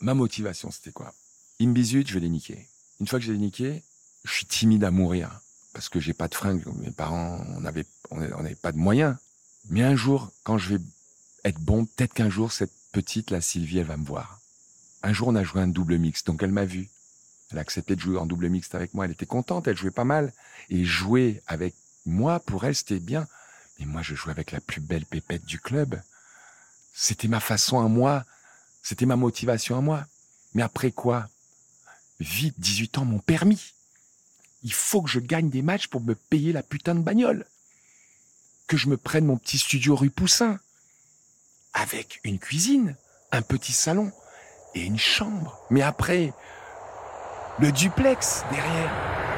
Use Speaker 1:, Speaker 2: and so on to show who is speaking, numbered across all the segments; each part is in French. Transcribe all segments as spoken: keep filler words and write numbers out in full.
Speaker 1: ma motivation, c'était quoi? Ils me bisutent, je vais les niquer. Une fois que je les niqué, je suis timide à mourir. Parce que j'ai pas de fringues. Mes parents, on avait, on n'avait pas de moyens. Mais un jour, quand je vais être bon, peut-être qu'un jour, cette petite, la Sylvie, elle va me voir. Un jour, on a joué un double mixte, donc elle m'a vu. Elle a accepté de jouer en double mixte avec moi. Elle était contente, elle jouait pas mal. Et jouer avec moi, pour elle, c'était bien. Mais moi, je jouais avec la plus belle pépette du club. C'était ma façon à moi. C'était ma motivation à moi. Mais après quoi? Vite, dix-huit ans, mon permis. Il faut que je gagne des matchs pour me payer la putain de bagnole. Que je me prenne mon petit studio rue Poussin. Avec une cuisine, un petit salon et une chambre. Mais après, le duplex derrière.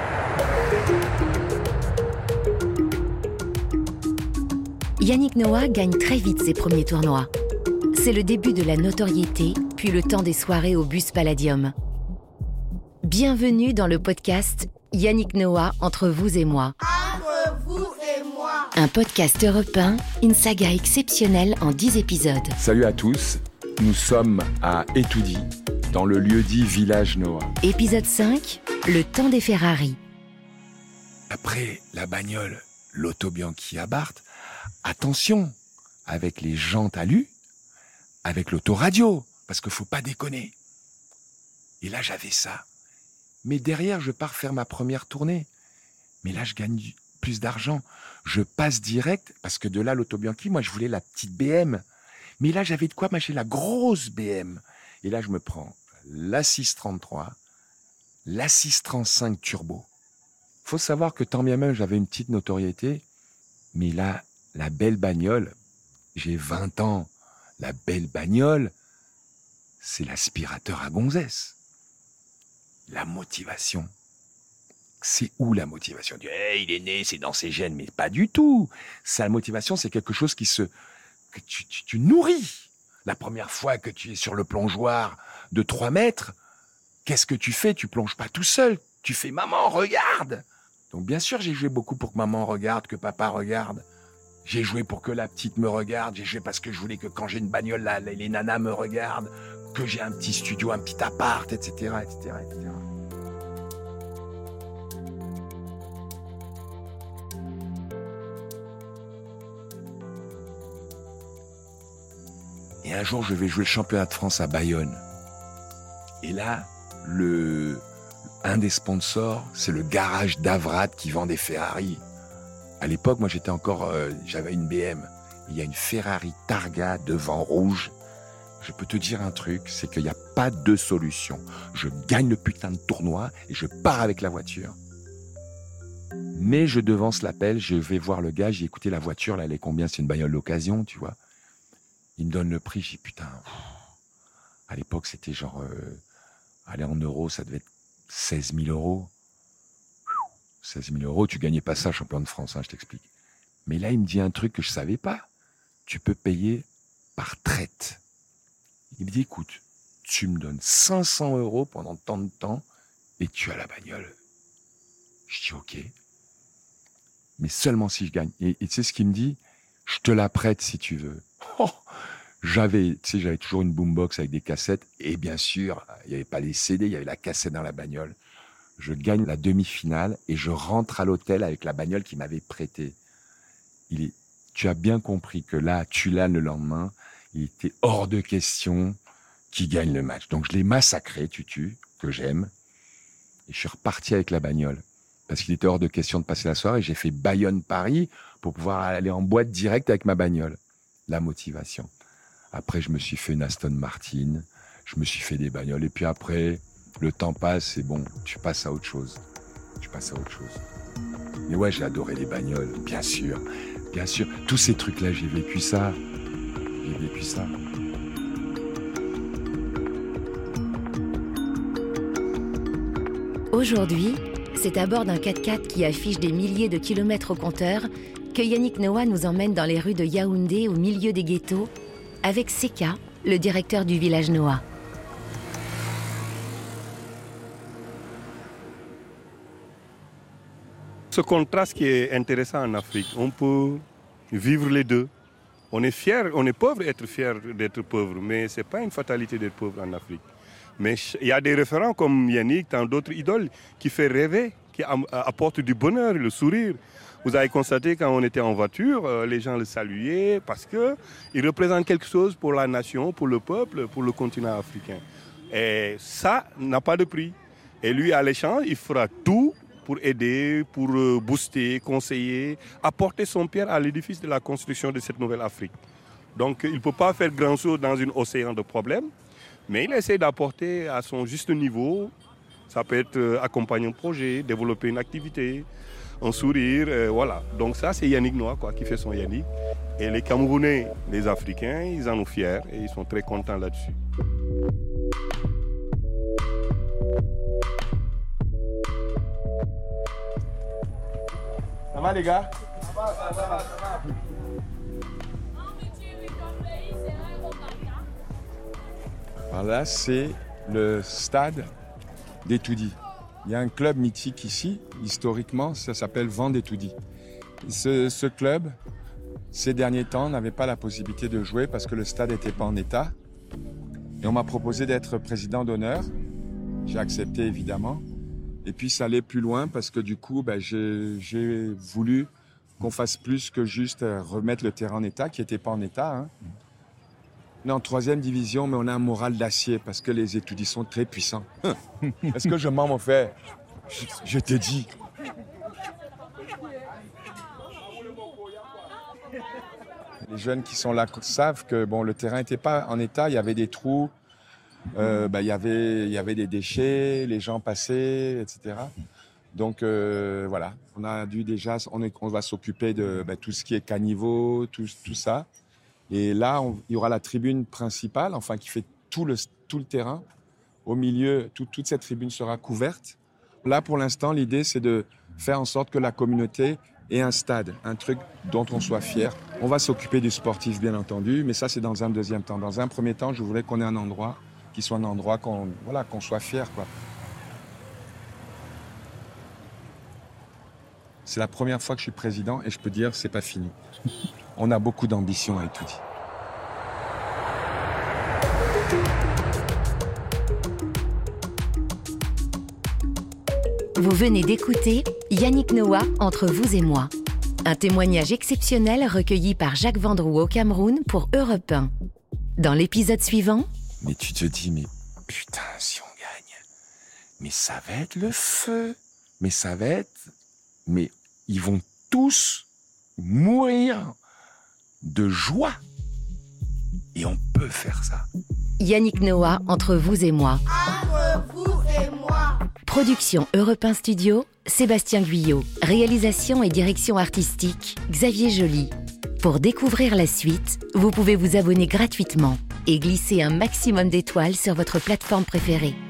Speaker 2: Yannick Noah gagne très vite ses premiers tournois. C'est le début de la notoriété, puis le temps des soirées au Bus Palladium. Bienvenue dans le podcast Yannick Noah, entre vous et moi.
Speaker 3: Entre vous et moi.
Speaker 2: Un podcast européen, une saga exceptionnelle en dix épisodes.
Speaker 1: Salut à tous, nous sommes à Etoudi, dans le lieu-dit Village Noah.
Speaker 2: Épisode cinq, le temps des Ferrari.
Speaker 1: Après la bagnole, l'auto Bianchi à Barthes, attention, avec les jantes alu, avec l'autoradio, parce qu'il ne faut pas déconner. Et là, j'avais ça. Mais derrière, je pars faire ma première tournée. Mais là, je gagne plus d'argent. Je passe direct, parce que de là, l'auto Bianchi, moi, je voulais la petite B M. Mais là, j'avais de quoi m'acheter la grosse B M. Et là, je me prends la six trente-trois, la six trente-cinq turbo. Faut savoir que tant bien même, j'avais une petite notoriété. Mais là, la belle bagnole, j'ai vingt ans. La belle bagnole, c'est l'aspirateur à gonzesse. La motivation. C'est où la motivation? Hey, il est né, c'est dans ses gènes, mais pas du tout. Sa motivation, c'est quelque chose qui se, que tu, tu, tu nourris. La première fois que tu es sur le plongeoir de trois mètres, qu'est-ce que tu fais? Tu plonges pas tout seul. Tu fais maman, regarde. Donc bien sûr, j'ai joué beaucoup pour que maman regarde, que papa regarde. J'ai joué pour que la petite me regarde. J'ai joué parce que je voulais que quand j'ai une bagnole, là, les nanas me regardent, que j'ai un petit studio, un petit appart, et cetera, et cetera, et cetera. Et un jour, je vais jouer le championnat de France à Bayonne. Et là, le, un des sponsors, c'est le garage d'Avrad qui vend des Ferrari. À l'époque, moi, j'étais encore, euh, j'avais une B M. Il y a une Ferrari Targa devant rouge. Je peux te dire un truc, c'est qu'il n'y a pas de solution. Je gagne le putain de tournoi et je pars avec la voiture. Mais je devance l'appel, je vais voir le gars, j'ai écouté la voiture, là, elle est combien? C'est une bagnole d'occasion, tu vois. Il me donne le prix, j'ai dit putain. Pff. À l'époque, c'était genre, euh, allez, en euros, ça devait être seize mille euros. seize mille euros, tu gagnais pas ça, champion de France, hein, je t'explique. Mais là, il me dit un truc que je savais pas. Tu peux payer par traite. Il me dit, écoute, tu me donnes cinq cents euros pendant tant de temps et tu as la bagnole. Je dis, ok. Mais seulement si je gagne. Et, et tu sais ce qu'il me dit? Je te la prête si tu veux. Oh, j'avais, tu sais, j'avais toujours une boombox avec des cassettes. Et bien sûr, il n'y avait pas les C D, il y avait la cassette dans la bagnole. Je gagne la demi-finale et je rentre à l'hôtel avec la bagnole qu'il m'avait prêtée. Il est, tu as bien compris que là, tu l'as le lendemain, il était hors de question qu'il gagne le match. Donc je l'ai massacré, Tutu, que j'aime, et je suis reparti avec la bagnole. Parce qu'il était hors de question de passer la soirée. J'ai fait Bayonne-Paris pour pouvoir aller en boîte direct avec ma bagnole. La motivation. Après, je me suis fait une Aston Martin, je me suis fait des bagnoles, et puis après... Le temps passe et bon, tu passes à autre chose. Tu passes à autre chose. Mais ouais, j'ai adoré les bagnoles, bien sûr. Bien sûr, tous ces trucs-là, j'ai vécu ça. J'ai vécu ça.
Speaker 2: Aujourd'hui, c'est à bord d'un quatre-quatre qui affiche des milliers de kilomètres au compteur que Yannick Noah nous emmène dans les rues de Yaoundé, au milieu des ghettos, avec Seka, le directeur du Village Noah.
Speaker 4: Ce contraste qui est intéressant en Afrique, on peut vivre les deux. On est fier, on est pauvre d'être fier d'être pauvre, mais ce n'est pas une fatalité d'être pauvre en Afrique. Mais il y a des référents comme Yannick, tant d'autres idoles qui font rêver, qui apportent du bonheur, le sourire. Vous avez constaté quand on était en voiture, les gens le saluaient parce qu'il représente quelque chose pour la nation, pour le peuple, pour le continent africain. Et ça n'a pas de prix. Et lui, à l'échange, il fera tout pour aider, pour booster, conseiller, apporter son pierre à l'édifice de la construction de cette nouvelle Afrique. Donc il ne peut pas faire grand-chose dans un océan de problèmes, mais il essaie d'apporter à son juste niveau. Ça peut être accompagner un projet, développer une activité, un sourire, euh, voilà. Donc ça, c'est Yannick Noah quoi, qui fait son Yannick. Et les Camerounais, les Africains, ils en sont fiers et ils sont très contents là-dessus.
Speaker 1: Ça va les gars?
Speaker 4: Ça va, ça va, ça va.
Speaker 1: Alors là, c'est le stade d'Etoudi. Il y a un club mythique ici, historiquement, ça s'appelle Vendétoudi. Ce, ce club, ces derniers temps, n'avait pas la possibilité de jouer parce que le stade n'était pas en état. Et on m'a proposé d'être président d'honneur. J'ai accepté évidemment. Et puis ça allait plus loin parce que du coup, ben, j'ai, j'ai voulu qu'on fasse plus que juste remettre le terrain en état, qui n'était pas en état. Hein. On est en troisième division, mais on a un moral d'acier parce que les étudiants sont très puissants. Est-ce que je mens, mon frère? Je, je te dis. Les jeunes qui sont là savent que bon, le terrain n'était pas en état, il y avait des trous, euh, bah, il y avait, il y avait des déchets, les gens passaient, et cetera. Donc euh, voilà, on a dû déjà, on, est, on va s'occuper de bah, tout ce qui est caniveau, tout, tout ça. Et là, on, il y aura la tribune principale, enfin qui fait tout le, tout le terrain. Au milieu, tout, toute cette tribune sera couverte. Là, pour l'instant, l'idée, c'est de faire en sorte que la communauté ait un stade, un truc dont on soit fier. On va s'occuper du sportif, bien entendu, mais ça, c'est dans un deuxième temps. Dans un premier temps, je voulais qu'on ait un endroit qui soit un endroit qu'on, voilà, qu'on soit fier, quoi. C'est la première fois que je suis président et je peux dire que c'est pas fini. On a beaucoup d'ambition à Etoudi.
Speaker 2: Vous venez d'écouter Yannick Noah, Entre vous et moi. Un témoignage exceptionnel recueilli par Jacques Vendroux au Cameroun pour Europe un. Dans l'épisode suivant...
Speaker 1: Mais tu te dis, mais putain, si on gagne, mais ça va être le feu. Mais ça va être... Mais ils vont tous mourir de joie. Et on peut faire ça.
Speaker 2: Yannick Noah, Entre vous et moi.
Speaker 3: Entre vous et moi.
Speaker 2: Production Europe un Studio, Sébastien Guyot. Réalisation et direction artistique, Xavier Joly. Pour découvrir la suite, vous pouvez vous abonner gratuitement et glisser un maximum d'étoiles sur votre plateforme préférée.